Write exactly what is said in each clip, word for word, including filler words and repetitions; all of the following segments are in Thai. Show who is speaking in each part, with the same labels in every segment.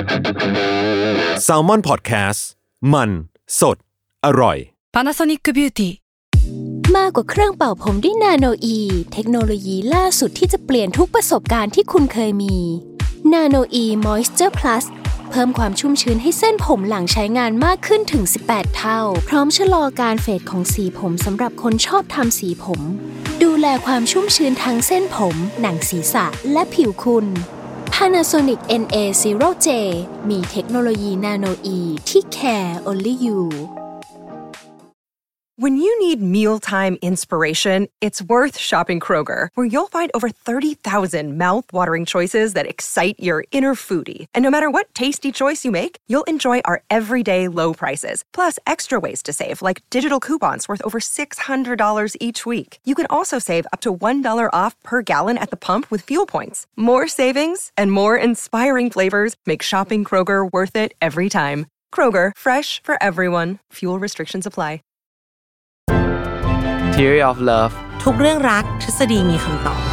Speaker 1: Salmon Podcast มันสดอร่อย
Speaker 2: Panasonic Beauty
Speaker 3: มากกว่าเครื่องเป่าผมด้วยนาโนอีเทคโนโลยีล่าสุดที่จะเปลี่ยนทุกประสบการณ์ที่คุณเคยมีนาโนอีมอยส์เจอร์พลัสเพิ่มความชุ่มชื้นให้เส้นผมหลังใช้งานมากขึ้นถึงสิบแปดเท่าพร้อมชะลอการเฟดของสีผมสำหรับคนชอบทำสีผมดูแลความชุ่มชื้นทั้งเส้นผมหนังศีรษะและผิวคุณ Panasonic เอ็น เอ ศูนย์ เจ มีเทคโนโลยีนาโนอีที่ care only you
Speaker 4: When you need mealtime inspiration, it's worth shopping Kroger, where you'll find over thirty thousand mouth-watering choices that excite your inner foodie. And no matter what tasty choice you make, you'll enjoy our everyday low prices, plus extra ways to save, like digital coupons worth over six hundred dollars each week. You can also save up to one dollar off per gallon at the pump with fuel points. More savings and more inspiring flavors make shopping Kroger worth it every time. Kroger, fresh for everyone. Fuel restrictions apply.
Speaker 5: Theory of Love
Speaker 6: ทุกเรื่องรักทฤษฎีมีคำตอบ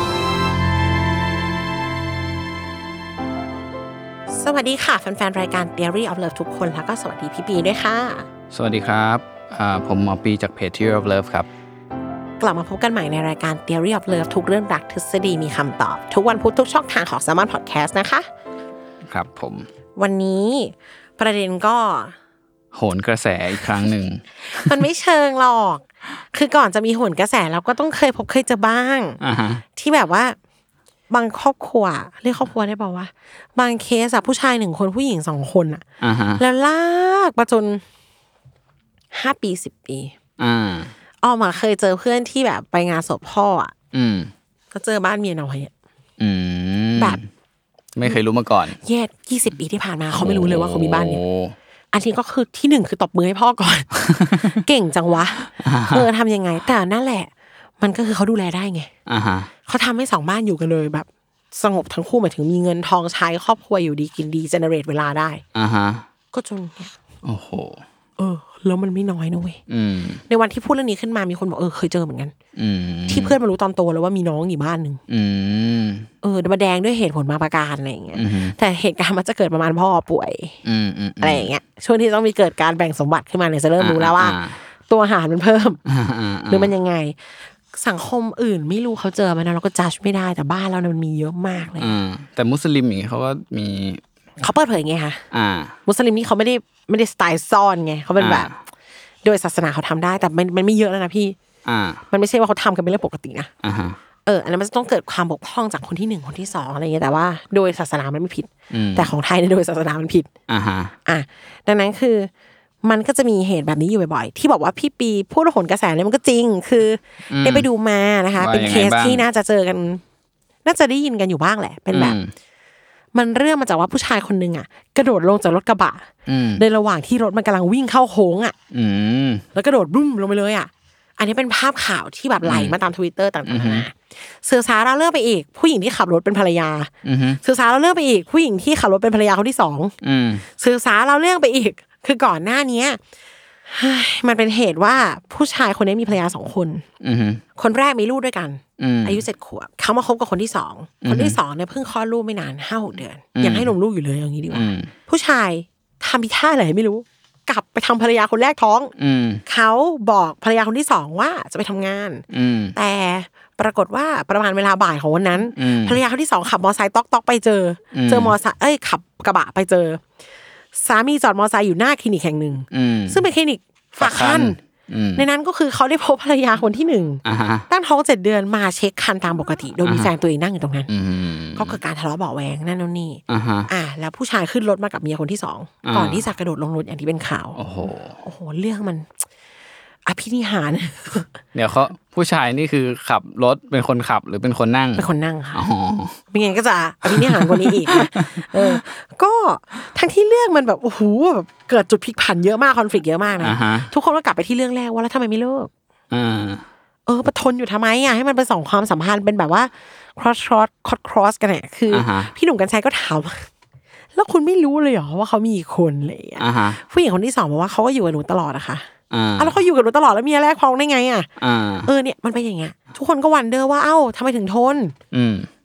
Speaker 6: สวัสดีค่ะแฟนๆรายการ Theory of Love ทุกคนแล้วก็สวัสดีพี่ปีด้วยค่ะ
Speaker 5: สวัสดีครับอ่าผมหมอปีจากเพจ Theory of Love ครับ
Speaker 6: กลับมาพบกันใหม่ในรายการ Theory of Love ทุกเรื่องรักทฤษฎีมีคำตอบทุกวันพุธทุกช่องทางของ Salmon Podcast นะคะ
Speaker 5: ครับผม
Speaker 6: วันนี้ประเด็นก็
Speaker 5: โหนกระแสอีกครั้งหนึ่ง
Speaker 6: มันไม่เชิงหรอกคือก่อนจะมีโหนกระแสเราก็ต้องเคยพบเคยเจอบ้าง
Speaker 5: uh-huh.
Speaker 6: ที่แบบว่าบางครอบครัวเรียกครอบครัวได้ป่าวว่าบางเคสอะผู้ชายหนึ่งคนผู้หญิงสองคนอะ
Speaker 5: uh-huh.
Speaker 6: แล้วลากมาจนห้าปีสิบปี
Speaker 5: อ่า
Speaker 6: ออกมาเคยเจอเพื่อนที่แบบไปงานศพพ่ออะ
Speaker 5: อืม
Speaker 6: ก็เจอบ้านเมียน้อยอะ
Speaker 5: อืม
Speaker 6: แบบ
Speaker 5: ไม่เคยรู้มาก่อน
Speaker 6: แย่ยี่สิบปีที่ผ่านมาเขาไม่รู้เลยว่าเขามีบ้านเนี่ยอันนี้ก็คือที่หนึ่งคือตบมือให้พ่อก่อน เก่งจังวะเออทำยังไงแต่นั่นแหละมันก็คือเขาดูแลได้ไงเขาทำให้สองบ้านอยู่กันเลยแบบสงบทั้งคู่หมายถึงมีเงินทองใช้ครอบครัวอยู่ดีกินดีเจเนเรตเวลาได้ก็จนเนี่ย
Speaker 5: โอ้โห
Speaker 6: เออแล้วมันไม่น้อยนะเว้ยในวันที่พูดเรื่องนี้ขึ้นมามีคนบอกเออเคยเจอเหมือนกันที่เพื่อนมารู้ตอนโตแล้วว่ามีน้องอยู่บ้านนึงเออมาแดงด้วยเหตุผลมาประการอะไรอย่างเงี้ยแต่เหตุการณ์มันจะเกิดประมาณพ่อป่วยอะไรอย่างเงี้ยช่วงที่ต้องมีเกิดการแบ่งสมบัติขึ้นมาเนี่ยจะเริ่มรู้แล้วว่าตัวอาหารมันเพิ่มหรือมันยังไงสังคมอื่นไม่รู้เขาเจอมันนะเราก็จัดไม่ได้แต่บ้านเราเนี่ยมันมีเยอะมากเลย
Speaker 5: แต่มุสลิมอย่างเงี้ยเขาก็มี
Speaker 6: เขาเปิดเผยไงคะมุสลิมนี่เขาไม่ได้ไม่ได้สไตล์ซ่อนไงเขาเป็นแบบโดยศาสนาเขาทำได้แต่มันมันไม่เยอะแล้วนะพี่มันไม่ใช่ว่าเขาทำกันเป็นเรื่องปกตินะเอออันนั้นมันจะต้องเกิดความบกพร่องจากคนที่หนึ่งคนที่สองอะไรอย่างเงี้ยแต่ว่าโดยศาสนามันไม่ผิดแต่ของไทยในโดยศาสนามันผิดอ่ะดังนั้นคือมันก็จะมีเหตุแบบนี้อยู่บ่อยๆที่บอกว่าพี่ปีพูดว่าโหนกระแสเนี่ยมันก็จริงคือได้ไปดูมานะคะเป็นเคสที่น่าจะเจอกันน่าจะได้ยินกันอยู่บ้างแหละเป็นแบบมันเรื่องมาจากว่าผู้ชายคนนึงอ่ะกระโดดลงจากรถกระบะในระหว่างที่รถมันกำลังวิ่งเข้าโค้งอ่ะแล้วกระโดดบึ้มลงไปเลยอ่ะอันนี้เป็นภาพข่าวที่แบบไหลมาตาม Twitter ต่างๆสื่อสารเราเลือกไปอีกผู้หญิงที่ขับรถเป็นภรรยาสื่อสารเราเลือกไปอีกผู้หญิงที่ขับรถเป็นภรรยาคนที่สองสื่อสารเราเลือกไปอีกคือก่อนหน้านี้มันเป็นเหตุว่าผู้ชายคนนี้มีภรรยาสองคนคนแรกมีลูกด้วยกันอายุเจ็ดขวบเขามาคบกับคนที่สองคนที่สองเนี่ยเพิ่งคลอดลูกไม่นานห้าหกเดือนยังให้นมลูกอยู่เลยอย่างนี้ดีกว่าผู้ชายทำพิท่าอะไรไม่รู้กลับไปทำภรรยาคนแรกท้องเขาบอกภรรยาคนที่สองว่าจะไปทำงานแต่ปรากฏว่าประมาณเวลาบ่ายของวันนั้นภรรยาคนที่สองขับมอเตอร์ไซค์ต๊อกๆไปเจอเจอมอเตอร์ไซค์เอ้ยขับกระบะไปเจอสามีจอดมอเตอร์ไซค์อยู่หน้าคลินิกแห่งหนึ่งซึ่งเป็นคลินิกฝากครรภ์ในนั้นก็คือเขาได้พบภรรยาคนที่หนึ่งตั้งท้องเจ็ดเดือนมาเช็คครรภ์ตามปกติโดยมีแฟนตัวเองนั่งอยู่ตรงนั้นก็เกิดการทะเลาะเบาะแว้งนั่นนู่นนี่อ่าแล้วผู้ชายขึ้นรถมากับเมียคนที่สองก่อนที่จะกระโดดลงรถอย่างที่เป็นข่าว
Speaker 5: โอ้โห
Speaker 6: โอ้โหเรื่องมันอภินิหาร
Speaker 5: เดี๋ยวเขาผู้ชายนี่คือขับรถเป็นคนขับหรือเป็นคนนั่ง
Speaker 6: เป็นคนนั่งค่ะเป็นไงก็จะอภินิหารกว่านี้อีกเออก็ทั้งที่เรื่องมันแบบโอ้โหแบบเกิดจุดพลิกผันเยอะมากคอนฟลิกต์เยอะมากนะทุกคนก็กลับไปที่เรื่องแรกว่าแล้วทำไมไม่เลิกเออประทนอยู่ทำไมอ่ะให้มันเป็นสองความสัมพันธ์เป็นแบบว่า cross cross cross cross กันเนี่ยคือพี่หนุ่มกรรชัยก็ถามแล้วคุณไม่รู้เลยเหรอว่าเขามีอีกคนอะไรอย่างเงี้ยผู้หญิงคนที่สองบอกว่าเขาก็อยู่กับหนูตลอดนะคะอ่าแล้วเขาอยู่กับหนูตลอดแล้วเมียแรกท้องได้ไงอ่ะเออเนี่ยมันเป็นอย่างเงี้ยทุกคนก็วันเดอร์ว่าเอ้าทำไมถึงทนอืม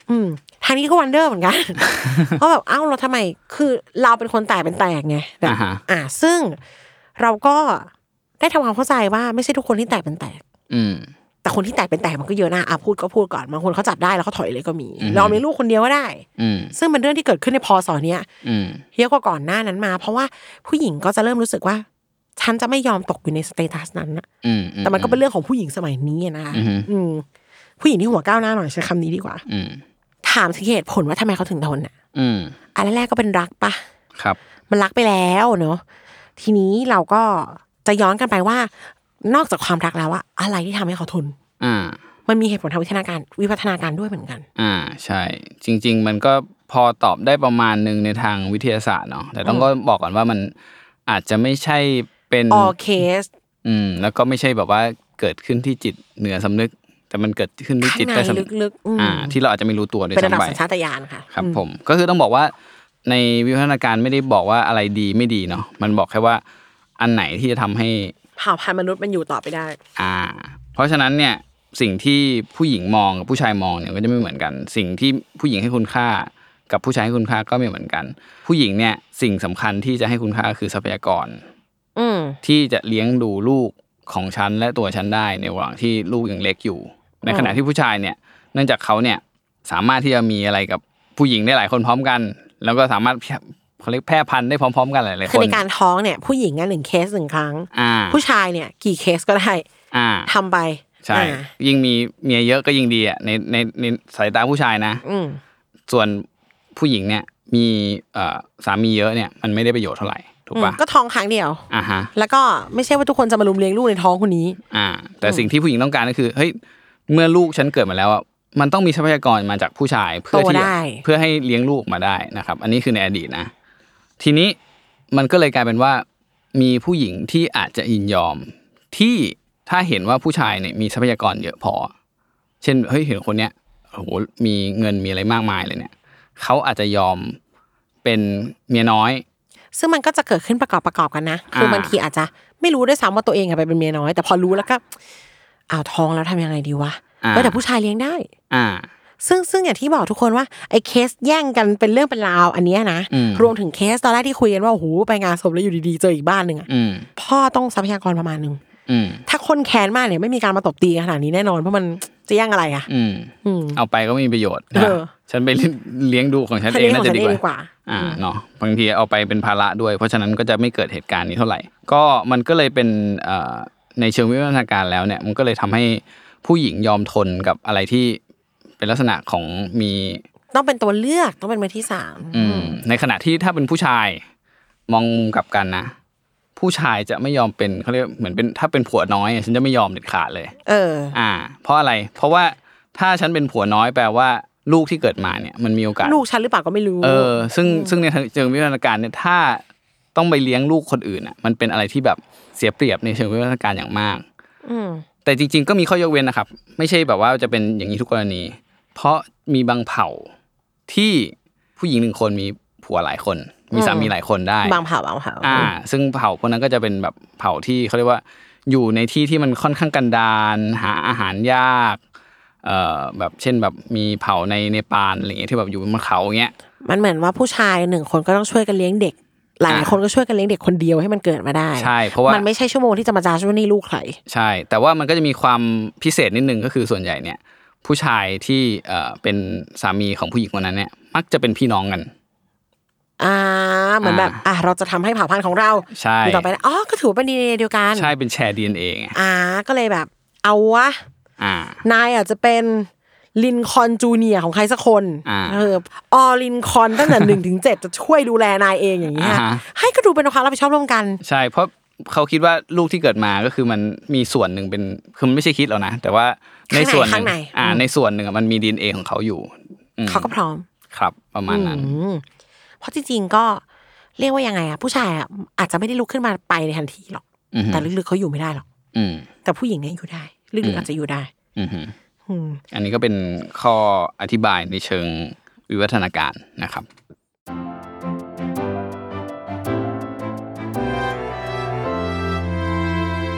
Speaker 6: อืมทางนี้ก็วันเดอร์เหมือนกันเพราะแบบเอ้าเราทำไมคือเราเป็นคนแตกเป็นแตกไงแบบอ่าซึ่งเราก็ได้ทำความเข้าใจว่าไม่ใช่ทุกคนที่แตกเป็นแตก
Speaker 5: อืม
Speaker 6: แต่คนที่แตกเป็นแตกมันก็เยอะนะอ่ะพูดก็พูดก่อนบางคนเขาจับได้แล้วเขาถอยเลยก็มีเรามีลูกคนเดียวก็ได้ซึ่งเป็นเรื่องที่เกิดขึ้นในพศเนี้ยเยอะกว่าก่อนหน้านั้นมาเพราะว่าผู้หญิงก็จะเริ่มรู้สึกว่าฉันจะไม่ยอมตกอยู่ในสเตตัสนั้นนะแต่มันก็เป็นเรื่องของผู้หญิงสมัยนี้นะคะผู้หญิงที่หัวก้าวหน้าหน่อยใช้คำนี้ดีกว่าถามถึงเหตุผลว่าทำไมเขาถึงทนอ่ะอันแรกก็เป็นรักปะ
Speaker 5: ครับ
Speaker 6: มันรักไปแล้วเนาะทีนี้เราก็จะย้อนกันไปว่านอกจากความรักแล้วอะอะไรที่ทำให้เขาทน
Speaker 5: อ่า
Speaker 6: มันมีเหตุผลทางวิทยาการวิวัฒนาการด้วยเหมือนกัน
Speaker 5: อ่าใช่จริงๆมันก็พอตอบได้ประมาณนึงในทางวิทยาศาสตร์เนาะแต่ต้องก็บอกก่อนว่ามันอาจจะไม่ใช่เป็น
Speaker 6: all case
Speaker 5: อืมแล้วก็ไม่ใช่แบบว่าเกิดขึ้นที่จิตเหนือสำนึกแต่มันเกิดขึ้นที่จิตใต้สำนึก
Speaker 6: ลึกๆ
Speaker 5: อ่าที่เราอาจจะไม่รู้ตัวด้วยซ้ำไป
Speaker 6: เป็นระดับสัญชาตญาณค่ะ
Speaker 5: ครับผมก็คือต้องบอกว่าในวิวัฒนาการไม่ได้บอกว่าอะไรดีไม่ดีเนาะมันบอกแค่ว่าอันไหนที่จะทำให้
Speaker 6: เผ่าพันธุ์มนุษย์มันอยู่ต่อไปได้
Speaker 5: อ่าเพราะฉะนั้นเนี่ยสิ่งที่ผู้หญิงมองกับผู้ชายมองเนี่ยก็จะไม่เหมือนกันสิ่งที่ผู้หญิงให้คุณค่ากับผู้ชายให้คุณค่าก็ไม่เหมือนกันผู้หญิงเนี่ยสิ่งสำคัญที่จะให้คุณค่าคือทรัพยากรที่จะเลี้ยงดูลูกของฉันและตัวฉันได้ในระหว่างที่ลูกยังเล็กอยู่ในขณะที่ผู้ชายเนี่ยเนื่องจากเขาเนี่ยสามารถที่จะมีอะไรกับผู้หญิงได้หลายคนพร้อมกันแล้วก็สามารถเขาเรียกแพร่พันธุ์ได้พร้อมๆกันหลายๆคน
Speaker 6: คือในการท้องเนี่ยผู้หญิงอ่ะหนึ่งเคสหนึ่งครั้งผู้ชายเนี่ยกี่เคสก็ได้ทำไป
Speaker 5: ใช่ยิ่งมีเมียเยอะก็ยิ่งดีอ่ะในในในสายตาผู้ชายนะส่วนผู้หญิงเนี่ยมีสามีเยอะเนี่ยมันไม่ได้ประโยชน์เท่าไหร่ถูกป่ะ
Speaker 6: ก็ท้องครั้งเดียว
Speaker 5: อ่าฮะ
Speaker 6: แล้วก็ไม่ใช่ว่าทุกคนจะมารุมเลี้ยงลูกในท้องคนนี้
Speaker 5: อ่าแต่สิ่งที่ผู้หญิงต้องการก็คือเฮ้ยเมื่อลูกฉันเกิดมาแล้วอ่ะมันต้องมีทรัพยากรมาจากผู้ชายเพื่อที่เพื่อให้เลี้ยงลูกมาได้นะครับอันนี้คือในอดีตนะทีนี้มันก็เลยกลายเป็นว่ามีผู้หญิงที่อาจจะยินยอมที่ถ้าเห็นว่าผู้ชายเนี่ยมีทรัพยากรเยอะพอเช่นเฮ้ยเห็นคนเนี้ยโอ้โหมีเงินมีอะไรมากมายเลยเนี่ยเขาอาจจะยอมเป็นเมียน้อย
Speaker 6: ซึ่งมันก็จะเกิดขึ้นประกอบประกอบกันนะคือบางทีอาจจะไม่รู้ด้วยซ้ำว่าตัวเองอะไปเป็นเมียน้อยแต่พอรู้แล้วก็อ้าวท้องแล้วทำยังไงดีวะก็แต่ผู้ชายเลี้ยงได้
Speaker 5: อ่า
Speaker 6: ซึ่งซึ่งอย่างที่บอกทุกคนว่าไอ้เคสแย่งกันเป็นเรื่องเป็นราวอันนี้นะรวมถึงเคสตอนแรกที่คุยกันว่าโอ้โหไปงานศพแล้วอยู่ดีๆเจออีกบ้านนึงอ่ะพ่อต้องทรัพยากรประมาณนึงถ้าคนแค้นมากเนี่ยไม่มีการมาตบตีขนาดนี้แน่นอนเพราะมันจะแย่งอะไรอ่ะ
Speaker 5: เอาไปก็ไม่มีประโยชน์ฉันไปเลี้ยงดูของฉันเองน่าจะดีกว่าอ่าเนาะบางทีเอาไปเป็นภาระด้วยเพราะฉะนั้นก็จะไม่เกิดเหตุการณ์นี้เท่าไหร่ก็มันก็เลยเป็นในเชิงวิวัฒนาการแล้วเนี่ยมันก็เลยทำให้ผู้หญิงยอมทนกับอะไรที่เป็นลักษณะของมี
Speaker 6: ต้องเป็นตัวเลือกต้องเป็นมือที่สาม
Speaker 5: ในขณะที่ถ้าเป็นผู้ชายมองมุมกลับกันนะผู้ชายจะไม่ยอมเป็นเขาเรียกเหมือนเป็นถ้าเป็นผัวน้อยฉันจะไม่ยอมเด็ดขาดเลย
Speaker 6: เออ
Speaker 5: อ่าเพราะอะไรเพราะว่าถ้าฉันเป็นผัวน้อยแปลว่าลูกที่เกิดมาเนี่ยมันมีโอกาส
Speaker 6: ลูกฉันหรือเปล่าก็ไม่รู้
Speaker 5: เออซึ่งซึ่งในเชิงวิวัฒนาการเนี่ยถ้าต้องไปเลี้ยงลูกคนอื่นอ่ะมันเป็นอะไรที่แบบเสียเปรียบในเชิงวิวัฒนาการอย่างมากแต่จริงๆก็มีข้อยกเว้นนะครับไม่ใช่แบบว่าจะเป็นอย่างนี้ทุกกรณีเพราะมีบางเผ่าที่ผู้หญิงหนึ่งคนมีผัวหลายคนมีสามีหลายคนได้
Speaker 6: บางเผ่าบางเผ่า
Speaker 5: อ่าซึ่งเผ่าพวกนั้นก็จะเป็นแบบเผ่าที่เขาเรียกว่าอยู่ในที่ที่มันค่อนข้างกันดารหาอาหารยากเอ่อแบบเช่นแบบมีเผ่าในเนปาลอะไรเงี้ยที่แบบอยู่บนเขาอย่างเงี้ย
Speaker 6: มันเหมือนว่าผู้ชายหนึ่งคนก็ต้องช่วยกันเลี้ยงเด็กหลายคนก็ช่วยกันเลี้ยงเด็กคนเดียวให้มันเกิดมาได้
Speaker 5: ใช่เพราะว่า
Speaker 6: มันไม่ใช่ชั่วโมงที่จะมาจ้าช่วยนี่ลูกใคร
Speaker 5: ใช่แต่ว่ามันก็จะมีความพิเศษนิดนึงก็คือส่วนใหญ่เนี่ยผู้ชายที่เอ่อเป็นสามีของผู้หญิงคนนั้นเนี่ยมักจะเป็นพี่น้องกัน
Speaker 6: อ่าเหมือนแบบอ่ะเราจะทำให้เผ่าพันธุ์ของเรา
Speaker 5: อยู่
Speaker 6: ต่อไปอ๋อก็ถือเป็น ดี เอ็น เอ เดียวกัน
Speaker 5: ใช่เป็นแชร์ ดี เอ็น เอ ไง
Speaker 6: อ่าก็เลยแบบเอาวะ
Speaker 5: อ่
Speaker 6: านายอาจจะเป็นลินคอล์นจูเนียร์ของใครสักคนเออออลินคอล์นตั้งแต่หนึ่งถึงเจ็ดจะช่วยดูแลนายเองอย่างนี้ให้ก็ดูเป็นความรับผิดชอบร่วมกัน
Speaker 5: ใช่เพราะเขาคิดว่าลูกที่เกิดมาก็คือมันมีส่วนหนึ่งเป็นคือมันไม่ใช่คิดหรอกนะแต่ว่าในส่วนนึงอ่าในส่วนหนึ่งมันมี ดี เอ็น เอ ของเขาอยู่
Speaker 6: เขาก็พร้อม
Speaker 5: ครับประมาณนั้น
Speaker 6: เพราะจริงๆก็เรียกว่ายังไงอ่ะผู้ชายอ่ะอาจจะไม่ได้ลุกขึ้นมาไปในทันทีหรอกแต่ลึกๆเขาอยู่ไม่ได้หรอกแต่ผู้หญิงเนี่ยอยู่ได้ลึกๆอาจจะอยู่ได้
Speaker 5: อันนี้ก็เป็นข้ออธิบายในเชิงวิวัฒนาการนะครับ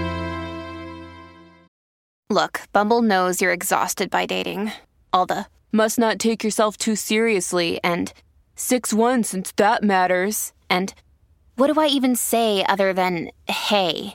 Speaker 2: Look, Bumble knows you're exhausted by dating. All the must not take yourself too seriously and six one since that matters
Speaker 3: and what do I even say other than hey?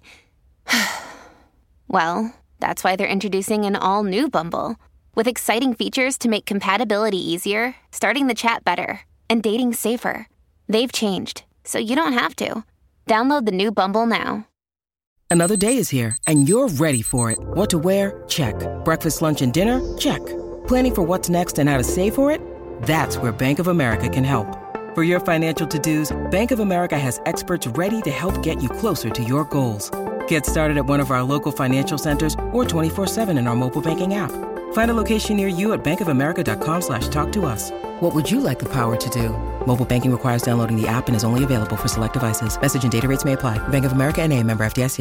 Speaker 3: Well, that's why they're introducing an all-new Bumble with exciting features to make compatibility easier, starting the chat better, and dating safer. They've changed, so you don't have to. Download the new Bumble now.
Speaker 7: Another day is here, and you're ready for it. What to wear? Check. Breakfast, lunch, and dinner? Check. Planning for what's next and how to save for it? That's where Bank of America can help. For your financial to-dos, Bank of America has experts ready to help get you closer to your goals. Get started at one of our local financial centers or twenty-four seven in our mobile banking app. Find a location near you at bankofamerica.com slash talk to us. What would you like the power to do? Mobile banking requires downloading the app and is only available for select devices. Message and data rates may apply. Bank of America N A, member เอฟ ดี เอส ซี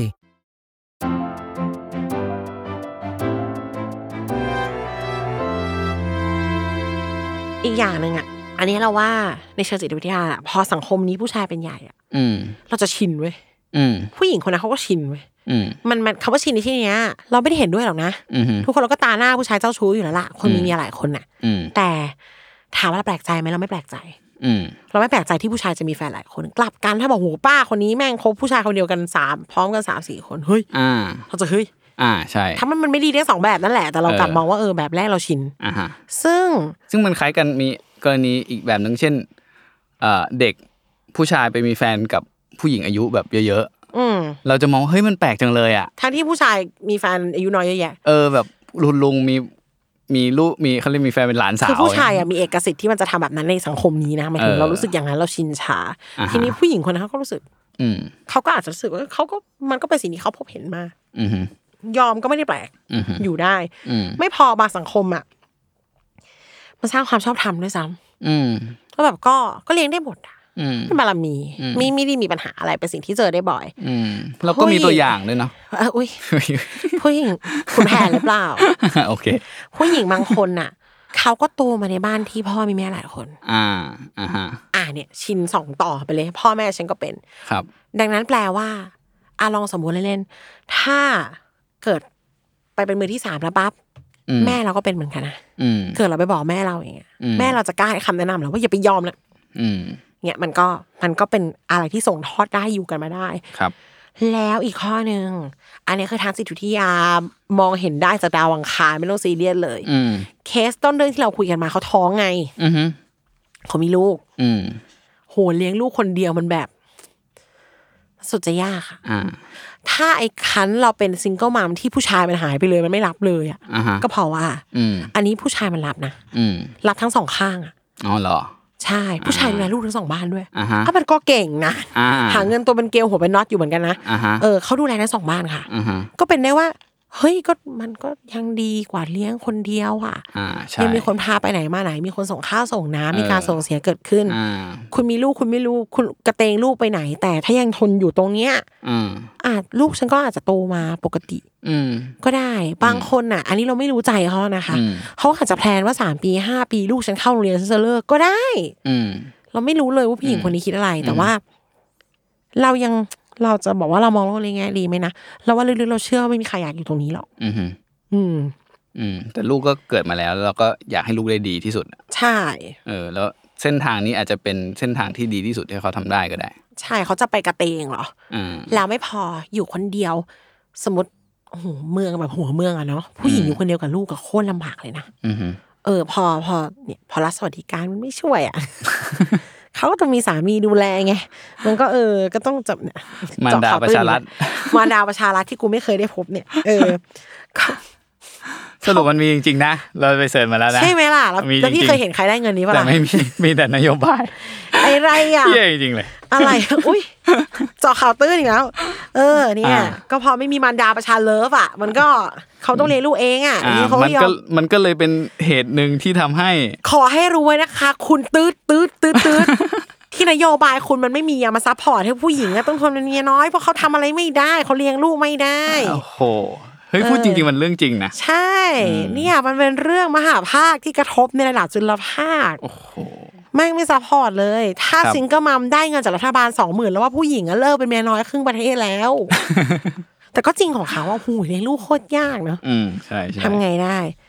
Speaker 6: อีกอย่างนึงอ่ะอันนี้เราว่าในเชิงจิตวิทยาพอสังคมนี้ผู้ชายเป็นใหญ่อ่ะเราจะชินเว้ยผู้หญิงคนนั้นเขาก็ชินเว้ยมันมันคำว่าชินในที่นี้เราไม่ได้เห็นด้วยหรอกนะทุกคนเราก็ตาหน้าผู้ชายเจ้าชู้อยู่แล้วล่ะคนมีเมียหลายคนน่ะแต่ถามว่าเราแปลกใจไหมเราไม่แปลกใจเราไม่แปลกใจที่ผู้ชายจะมีแฟนหลายคนกลับกันถ้าบอกโหป้าคนนี้แม่งคบผู้ชายคนเดียวกันสามพร้อมกันสามสี่คนเฮ้ยเราจะเฮ้ย
Speaker 5: อ่าใช่
Speaker 6: ถ้ามันมันไม่ดีทั้งสองแบบนั่นแหละแต่เรากลับมองว่าเออแบบแรกเราชิน
Speaker 5: อ่าฮะ
Speaker 6: ซึ่ง
Speaker 5: ซึ่งมันคล้ายกันมีกรณีอีกแบบนึงเช่นเอ่อเด็กผู้ชายไปมีแฟนกับผู้หญิงอายุแบบเยอะๆเราจะมองเฮ้ยมันแปลกจังเลยอ่ะ
Speaker 6: ทั้งที่ผู้ชายมีแฟนอายุน้อยเยอะแยะ
Speaker 5: เออแบบลุงลุงมีมีลูกมีเขาเรียกมีแฟนเป็นหลานสาว
Speaker 6: คือผู้ชายอ่ะมีเอกสิทธิ์ที่มันจะทำแบบนั้นในสังคมนี้นะหมายถึงเรารู้สึกอย่างนั้นเราชินชาทีนี้ผู้หญิงคนนั้นเขาก็รู้สึกเขาก็อาจจะรู้สึกว่าเขาก็มันก็เป็นสิ่งที่เขาพบเห็นมายอมก็ไม่ได้แปลกอยู่ได้ไม่พอบางสังคมอ่ะมันสร้างความชอบธรรมด้วยซ้ำก็แบบก็ก็เลี้ยงได้หมดเป็นบารมีไม่ไม่ได้มีปัญหาอะไรเป็นสิ่งที่เจอได้บ่อย
Speaker 5: แล้วก็มีตัวอย่างด้วยเนาะ
Speaker 6: อุ้ยผู้หญิงคุณแผนหรือเปล่า
Speaker 5: โอเค
Speaker 6: ผู้หญิงบางคนน่ะเขาก็โตมาในบ้านที่พ่อมีแม่หลายคน
Speaker 5: อ่าอ่าฮะ
Speaker 6: อ่าเนี่ยชินสองต่อไปเลยพ่อแม่ฉันก็เป็น
Speaker 5: ครับ
Speaker 6: ดังนั้นแปลว่าอ่ะลองสมมุติเล่นๆถ้าเกิดไปเป็นมือที่สามแล้วปั๊บแม่เราก็เป็นเหมือนกันนะเกิดเราไปบอกแม่เราอย่างเงี้ยแม่เราจะกล้าให้คำแนะนำเราว่าอย่าไปยอมนะเนี่ยมันก็มันก็เป็นอะไรที่ส่งทอดได้อยู่กันมาได้
Speaker 5: ครับ
Speaker 6: แล้วอีกข้อนึงอันนี้คือทางจิตวิทยามองเห็นได้จากดาวอังคารไม่ต้องซีเรียสเลยเคสต้นเรื่องที่เราคุยกันมาเขาท้องไงเขามีลูกโหเลี้ยงลูกคนเดียวมันแบบสุดจะยากค่ะถ้าไอ้คันเราเป็นซิงเกิลมัมที่ผู้ชายมันหายไปเลยมันไม่รับเลยอ่ะก็เพราะว่าอันนี้ผู้ชายมันรับนะรับทั้งสองข้างอ่ะ
Speaker 5: อ๋อเหรอ
Speaker 6: ใช่ผู้ชายดูแลลูกทั้งสองบ้านด้วยอ่ะมันก็เก่งนะหาเงินตัวเป็นเกลียวหัวเป็นน็อตอยู่เหมือนกันนะเออเขาดูแลทั้งสองบ้านค่ะก็เป็นได้ว่าเฮ้ยก็มันก็ยังดีกว่าเลี้ยงคนเดียวอ่ะยังมีคนพาไปไหนมาไหนมีคนส่งข้าวส่งน้ำมีการส่งเสียเกิดขึ้นคุณมีลูกคุณไม่รู้คุณกระเตงลูกไปไหนแต่ถ้ายังทนอยู่ตรงเนี้ยอ่ะลูกฉันก็อาจจะโตมาปกติก็ได้บางคนอ่ะอันนี้เราไม่รู้ใจเขานะคะเขาอาจจะแพลนว่าสามปีห้าปีลูกฉันเข้าโรงเรียนฉันจะเลิกก็ได้เราไม่รู้เลยว่าผู้หญิงคนนี้คิดอะไรแต่ว่าเรายังเราจะบอกว่าเรามองโลกในแง่ดีไหมนะเราว่าลึกๆเราเชื่อว่าไม่มีใครอยากอยู่ตรงนี้หรอก
Speaker 5: อืมอืมอืมแต่ลูกก็เกิดมาแล้วแล้วเราก็อยากให้ลูกได้ดีที่สุด
Speaker 6: ใช่
Speaker 5: เออแล้วเส้นทางนี้อาจจะเป็นเส้นทางที่ดีที่สุดที่เขาทำได้ก็ได้
Speaker 6: ใช่เขาจะไปกระเตงเหรออืมแล้วไม่พออยู่คนเดียวสมมติโอ้โหเมืองแบบหัวเมืองอะเนาะผู้หญิงอยู่คนเดียวกับลูกก็โคตรลำบากเลยนะอือเออพอพอเนี่ยพอรัฐสวัสดิการมันไม่ช่วยอะเขาก็ต้องมีสามีดูแลไงมันก็เออก็ต้องจับเนี่ย
Speaker 5: มารดาประชารัฐ
Speaker 6: มารดาประชารัฐที่กูไม่เคยได้พบเนี่ยเออ
Speaker 5: สรุปมันมีจริงๆนะเราไปเสิร์ชมาแล้วนะ
Speaker 6: ใช่ไหมล่ะแล้วพี่เคยเห็นใครได้เงินนี้ป่ะล่ะ
Speaker 5: แต่ไม่มีมีแต่นโยบาย
Speaker 6: อะไรอ่ะ
Speaker 5: เย่จริงเลย
Speaker 6: อะไรอุ้ยเจาะข่าวตื้นอีกแล้วเออเนี่ยก็พอไม่มีมารดาประชาเลิฟอ่ะมันก็เขาต้องเลี้ยงลูกเองอ่ะ
Speaker 5: นี่เขามันก็มันก็เลยเป็นเหตุหนึ่งที่ทำให้
Speaker 6: ขอให้รู้ไว้นะคะคุณตืดตืดตืดตืดที่นโยบายคุณมันไม่มีมาซัพพอร์ตให้ผู้หญิงต้องทนเป็นเมียน้อยเพราะเขาทำอะไรไม่ได้เขาเลี้ยงลูกไม่ได้
Speaker 5: โอ้โหเฮ้ยพูดจริงๆมันเรื่องจริงนะ
Speaker 6: ใช่เนี่ยมันเป็นเรื่องมหาภาคที่กระทบในระดับจุลภาค
Speaker 5: โอ้โห
Speaker 6: แม่งไม่ซัพพอร์ตเลยถ้าซิงเกิลมัมได้เงินจากรัฐบาล สองหมื่น แล้วว่าผู้หญิงอะเลิกเป็นเมียน้อยครึ่งประเทศแล้วแต่ก็จริงของเขาว่าหูเลี้ยงลูกโคตรยากเนาะ
Speaker 5: อืมใช่ๆ
Speaker 6: ทำไงได้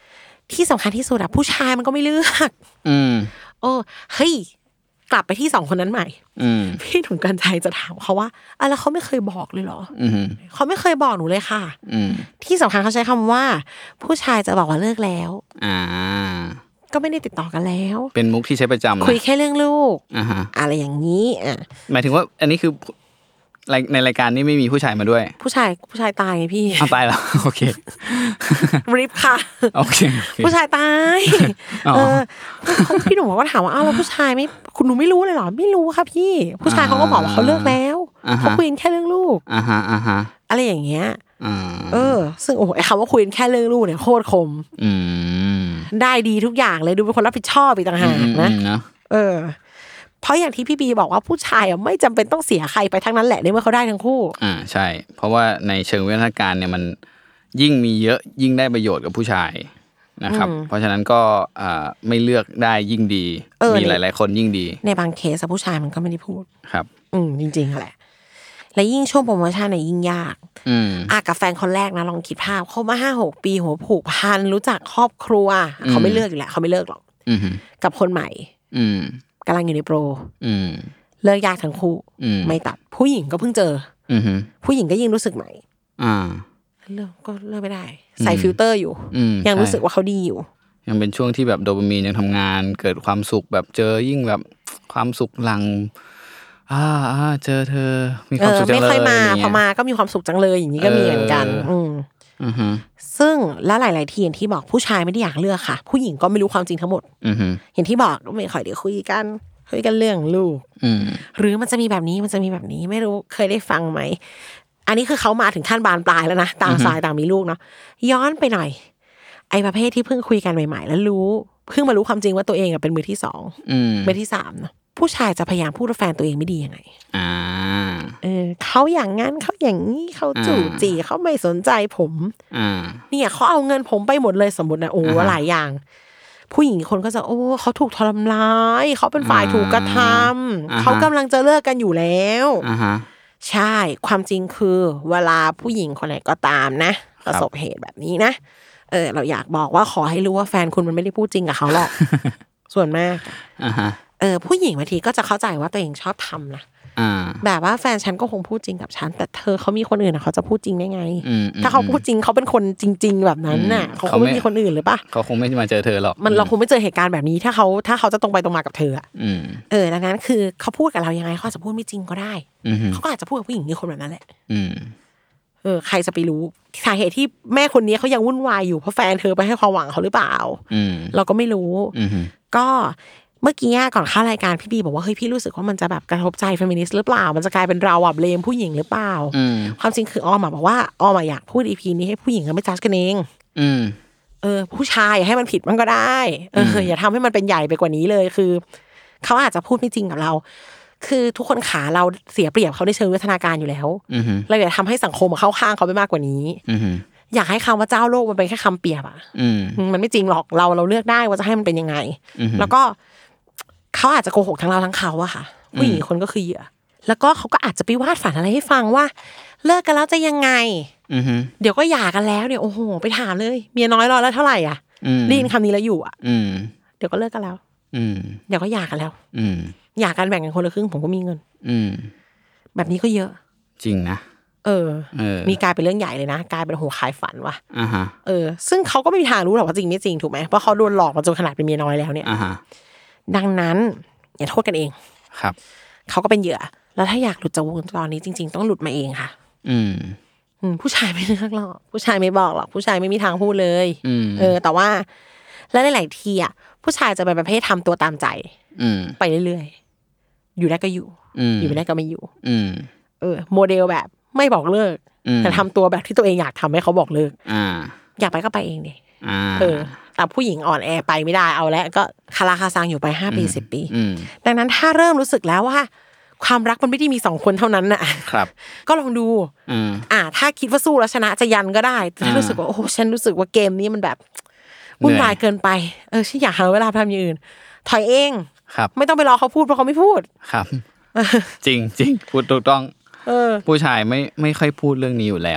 Speaker 6: ที่สำคัญที่สุดอะผู้ชายมันก็ไม่เลือก
Speaker 5: อืม
Speaker 6: โอ้เฮ้ยกลับไปที่สองคนนั้นใหม่พี่ถุงกันชัยจะถามเขาว่าอ่ะแล้วเขาไม่เคยบอกเลยเหรอเขาไม่เคยบอกหนูเลยค่ะที่สำคัญเขาใช้คำว่าผู้ชายจะบอกว่าเลิกแล้ว
Speaker 5: อ่า
Speaker 6: ก็ไม่ได้ติดต่อกันแล้ว
Speaker 5: เป็นมุกที่ใช้ประจำนะ
Speaker 6: คุยแค่เรื่องลูกอะไรอย่างนี้อ่ะ
Speaker 5: หมายถึงว่าอันนี้คือในรายการนี้ไม่มีผู้ชายมาด้วย
Speaker 6: ผู้ชายผู้ชายตายไงพี่
Speaker 5: อ้าวตายแล้วโอเค
Speaker 6: ริปค่ะ
Speaker 5: โอเค
Speaker 6: ผู้ชายตายเออพี่หนุ่มก็ถามว่าอ้าวแล้วผู้ชายไม่คุณหนูไม่รู้เลยเหรอไม่รู้ค่ะพี่ผู้ชายเขาก็บอกว่าเขาเลิกแล้วเขาคุยแค่เรื่องลูก
Speaker 5: อ่าฮะอ่าฮะ
Speaker 6: อะไรอย่างเงี้ยเออซึ่งโอ้ไอ้คำว่าคุยแค่เรื่องลูกเนี่ยโคตรคมได้ดีทุกอย่างเลยดูเป็นคนรับผิดชอบอีกต่างหากนะเออเพราะอย่างที่พี่บีบอกว่าผู้ชายอ่ะไม่จำเป็นต้องเสียใครไปทั้งนั้นแหละในเมื่อเขาได้ทั้งคู่
Speaker 5: อ่าใช่เพราะว่าในเชิงวิวัฒนาการเนี่ยมันยิ่งมีเยอะยิ่งได้ประโยชน์กับผู้ชายนะครับเพราะฉะนั้นก็อ่าไม่เลือกได้ยิ่งดีมีหลายๆคนยิ่งดี
Speaker 6: ในบางเคสผู้ชายมันก็ไม่ได้พูด
Speaker 5: ครับ
Speaker 6: อืมจริงๆแหละและยิ่งช่วงโปรโมชั่นเนี่ยยิ่งยาก
Speaker 5: อืม
Speaker 6: อ่ะกับแฟนคนแรกนะลองคิดภาพคบมา ห้าหก ปีหัวผูกพันรู้จักครอบครัวเขาไม่เลิกอยู่แล้วเขาไม่เลิกหรอกกับคนใหม่
Speaker 5: อืม
Speaker 6: กำลังอยู่ในโปรเลิกยากทั้งคู่ไม่ตัดผู้หญิงก็เพิ่งเจอผู้หญิงก็ยิ่งรู้สึกใหม่เลิกก็เลิกไม่ได้ใส่ฟิลเตอร์อยู่ยังรู้สึกว่าเขาดีอยู่
Speaker 5: ยังเป็นช่วงที่แบบโดปามีนยังทำงานเกิดความสุขแบบเจอยิ่งแบบความสุขหลังอ่าเจอเธอมีความสุขจังเลยไม่ค่อย
Speaker 6: มาพอมาก็มีความสุขจังเลยอย่างนี้ก็มีเหมือนกันซึ่งแล้วหลายๆทีอย่างที่บอกผู้ชายไม่ได้อยากเลือกค่ะผู้หญิงก็ไม่รู้ความจริงทั้งหมดอย่างที่บอกไม่ค่อยได้คุยกันคุยกันเรื่องลูกหรือมันจะมีแบบนี้มันจะมีแบบนี้ไม่รู้เคยได้ฟังไหมอันนี้คือเขามาถึงขั้นบานปลายแล้วนะต่างฝ่ายต่างมีลูกเนาะย้อนไปหน่อยไอ้ประเภทที่เพิ่งคุยกันใหม่ๆแล้วรู้เพิ่งมารู้ความจริงว่าตัวเองเป็นมือที่สองมือที่สามเนาะผู้ชายจะพยายามพูดว่าแฟนตัวเองไม่ดียังไง
Speaker 5: อ่า
Speaker 6: เออเขาอย่างงั้นเขาอย่างนี้เขาจู่จีเขาไม่สนใจผม
Speaker 5: อ่า
Speaker 6: เนี่ยเขาเอาเงินผมไปหมดเลยสมมตินะโอ้หลายอย่างผู้หญิงคนก็จะโอ้เขาถูกทรมานเขาเป็นฝ่ายถูกกระทำเขากำลังจะเลิกกันอยู่แล้วใช่ความจริงคือเวลาผู้หญิงคนไหนก็ตามนะประสบเหตุแบบนี้นะเออเราอยากบอกว่าขอให้รู้ว่าแฟนคุณมันไม่ได้พูดจริงกับเขาหรอกส่วนมากเออผู้หญิงบางทีก็จะเข้าใจว่าตัวเองชอบทำนะแบบว่าแฟนฉันก็คงพูดจริงกับฉันแต่เธอเขามีคนอื่นนะเขาจะพูดจริงได้ไงถ้าเขาพูดจริงเขาเป็นคนจริงๆแบบนั้นน่ะเขาคงไม่มีคนอื่นหรือปะ
Speaker 5: เขาคงไม่มาเจอเธอหรอก
Speaker 6: มันเราคงไม่เจอเหตุการณ์แบบนี้ถ้าเขาถ้าเขาจะตรงไปตรงมากับเธออ่ะเออดังนั้นคือเขาพูดกับเรายังไงเขาจะพูดไม่จริงก็ได้เขาก็อาจจะพูดกับผู้หญิงนี่คนแบบนั้นแหละเออใครจะไปรู้สาเหตุที่แม่คนนี้เขายังวุ่นวายอยู่เพราะแฟนเธอไปให้ความหวังเขาหรือเปล่าเราก็ไม่รู้ก็เมื่อกี้ก่อนเข้ารายการพี่บีบอกว่าเฮ้ยพี่รู้สึกว่ามันจะแบบกระทบใจเฟมินิสต์หรือเปล่ามันจะกลายเป็นเราอ่ะเบลมผู้หญิงหรือเปล่าความจริงคืออ้อมบอกว่าอ้อมอยากพูด อี พี นี้ให้ผู้หญิงไม่จัดกันเองเออผู้ชายให้มันผิดมันก็ได้เอออย่าทำให้มันเป็นใหญ่ไปกว่านี้เลยคือเขาอาจจะพูดไม่จริงกับเราคือทุกคนขาเราเสียเปรียบเขาในเชิงวิทยาการอยู่แล้วเราอย่าทำให้สังคมเข้าข้างเขาไปมากกว่านี้อยากให้คำว่าเจ้าโลกมันเป็นแค่คำเปรียบอ่ะมันไม่จริงหรอกเราเราเลือกได้ว่าจะให้มันเป็นยังไงแล้วก็เขาอาจจะโกหกทั้งเราทั้งเขาอะค่ะผู้หญิงคนก็คือเหยื่อแล้วก็เขาก็อาจจะไปวาดฝันอะไรให้ฟังว่าเลิกกันแล้วจะยังไงเดี๋ยวก็หย่ากันแล้วเนี่ยโอ้โหไปถามเลยเมียน้อยรอแล้วเท่าไหร่อ่ะได้ยินคำนี้แล้วอยู่อ่ะเดี๋ยวก็เลิกกันแล้วเดี๋ยวก็หย่ากันแล้วหย่ากันแบ่งกันคนละครึ่งผมก็มีเงินแบบนี้ก็เยอะ
Speaker 5: จริงนะ
Speaker 6: เออมีกลายเป็นเรื่องใหญ่เลยนะกลายเป็นโหขายฝันว่ะเออซึ่งเขาก็ไม่มีทางรู้หรอกว่าจริงไม่จริงถูกไหมเพราะเขาโดนหลอกมาจนขนาดเป็นเมียน้อยแล้วเนี่ยดังนั้นอย่าโทษกันเอง
Speaker 5: ครับ
Speaker 6: เขาก็เป็นเหยื่อแล้วถ้าอยากหลุดจากวงจรนี้จริงๆต้องหลุดมาเองค่ะ
Speaker 5: อืม
Speaker 6: ผู้ชายไม่เลือกหรอกผู้ชายไม่บอกหรอกผู้ชายไม่มีทางพูดเลยเออแต่ว่าแล้วหลายๆทีอ่ะผู้ชายจะเป็นประเภททำตัวตามใจไปเรื่อยๆอยู่ได้ก็อยู่อยู่ไม่ได้ก็ไม่อยู่เออโมเดลแบบไม่บอกเลิกแต่ทำตัวแบบที่ตัวเองอยากทำให้เขาบอกเลิกอยากไปก็ไปเองดิเออแต่ผู้หญิงอ่อนแอไปไม่ได้เอาแล้วก็คาราคาซังอยู่ไปห้าปีสิบปีดังนั้นถ้าเริ่มรู้สึกแล้วว่าความรักมันไม่ได้มีสองคนเท่านั้นน่ะ
Speaker 5: ครับ
Speaker 6: ก็ลองดูอ่าถ้าคิดว่าสู้แล้วชนะจะยันก็ได้แต่ถ้ารู้สึกว่าโอ้ฉันรู้สึกว่าเกมนี้มันแบบวุ่นวายเกินไปเออฉันอยากหาเวลาทำอย่างอื่นถอยเอง
Speaker 5: ครับ
Speaker 6: ไม่ต้องไปรอเขาพูดเพราะเขาไม่พูด
Speaker 5: ครับจริงจริงพูดถูกต้องผู้ชายไม่ไม่ค่อยพูดเรื่องนี้อยู่แล้วอ่ะ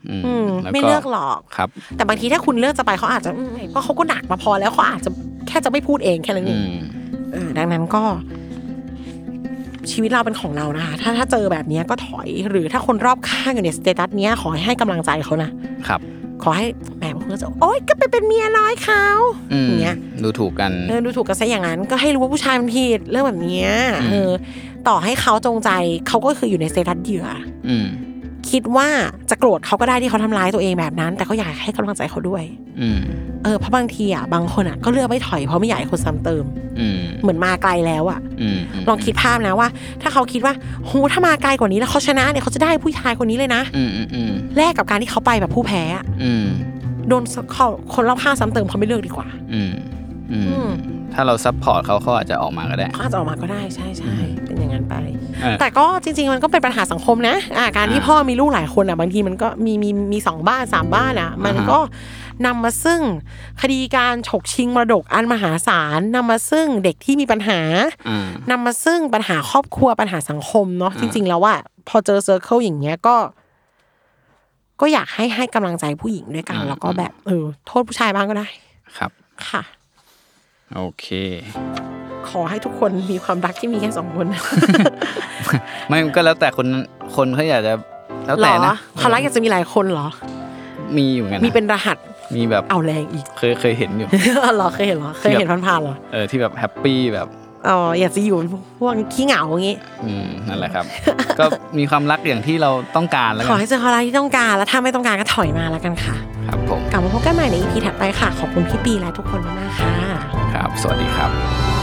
Speaker 6: ไม่เลือกหรอก
Speaker 5: ครับ
Speaker 6: แต่บางทีถ้าคุณเลือกจะไปเขาอาจจะเพราะเขาก็หนักมาพอแล้วเขาอาจจะแค่จะไม่พูดเองแค่นั้นเองเออดังนั้นก็ชีวิตเราเป็นของเรานะคะถ้าถ้าเจอแบบนี้ก็ถอยหรือถ้าคนรอบข้างอยู่ในสเตตัสเนี้ยขอให้ให้กำลังใจเขานะครับขอให้แหมบางคนก็จะโอ๊ยก็ไปเป็นเมียน้อยเขาอย่างเงี้ย
Speaker 5: ดูถูกกัน
Speaker 6: เออดูถูกกันซะอย่างนั้นก็ให้รู้ว่าผู้ชายมันผิดเรื่องแบบนี้เออต่อให้เขาจงใจเขาก็คืออยู่ในสเตตัสเหยื่อคิดว่าจะโกรธเขาก็ได้ที่เขาทำร้ายตัวเองแบบนั้นแต่ก็อยากให้กำลังใจเขาด้วยเออเพราะบางทีอ่ะบางคนอ่ะก็เลือกไม่ถอยเพราะไม่อยากให้คนซ้ำเติมเหมือนมาไกลแล้วอ่ะลองคิดภาพนะว่าถ้าเขาคิดว่าโหถ้ามาไกลกว่านี้แล้วเขาชนะเนี่ยเขาจะได้ผู้ชายคนนี้เลยนะแลกกับการที่เขาไปแบบผู้แพ้อ่ะโดนคนรอบข้างซ้ำเติมเขาไม่เลือกดีกว่า
Speaker 5: ถ้าเราซัพพอร์ตเขาเขาอาจจะออกมาก็ได้
Speaker 6: เขาอาจจะออกมาก็ได้ใช่ใช่เป็นอย่างนั้นไปแต่ก็จริงๆมันก็เป็นปัญหาสังคมนะอ่าการที่พ่อมีลูกหลายคนอ่ะบางทีมันก็มีมีมีสองบ้านสามบ้านอ่ะมันก็นำมาซึ่งคดีการฉกชิงมรดกอันมหาศาลนำมาซึ่งเด็กที่มีปัญหานำมาซึ่งปัญหาครอบครัวปัญหาสังคมเนาะจริงๆแล้วว่าพอเจอเซอร์เคิลอย่างเงี้ยก็ก็อยากให้ให้กำลังใจผู้หญิงด้วยกันแล้วก็แบบเออโทษผู้ชายบ้างก็ได้
Speaker 5: ครับ
Speaker 6: ค่ะ
Speaker 5: โอเค
Speaker 6: ขอให้ทุกคนมีความรักที่มีแค่สองคน
Speaker 5: ไม่ก็แล้วแต่คนคนเขาอยากจะแล้วแต่นะ
Speaker 6: ความรักอยากจะมีหลายคนเหรอ
Speaker 5: มีอยู่งั้น
Speaker 6: มีเป็นรหัส
Speaker 5: มีแบบ
Speaker 6: เอาแรงอีก
Speaker 5: เคยเคยเห็นอยู่
Speaker 6: เหรอเคยเห็นเหรอเคยเห็นผ่านๆเหรอ
Speaker 5: เออที่แบบแฮปปี้แบบ
Speaker 6: อ๋ออยากจะอยู่พวกขี้เหงาอย่างงี้
Speaker 5: อืมนั่นแหละครับก็มีความรักอย่างที่เราต้องการแล้วกัน
Speaker 6: ขอให้เจอความรักที่ต้องการแล้วถ้าไม่ต้องการก็ถอยมาแล้วกันค่ะ
Speaker 5: ครับผม
Speaker 6: กลับมาพบกันใหม่ใน อี พี ถัดไปค่ะขอบคุณพี่ปีและทุกคนมากๆค่ะ
Speaker 5: ครับสวัสดีครับ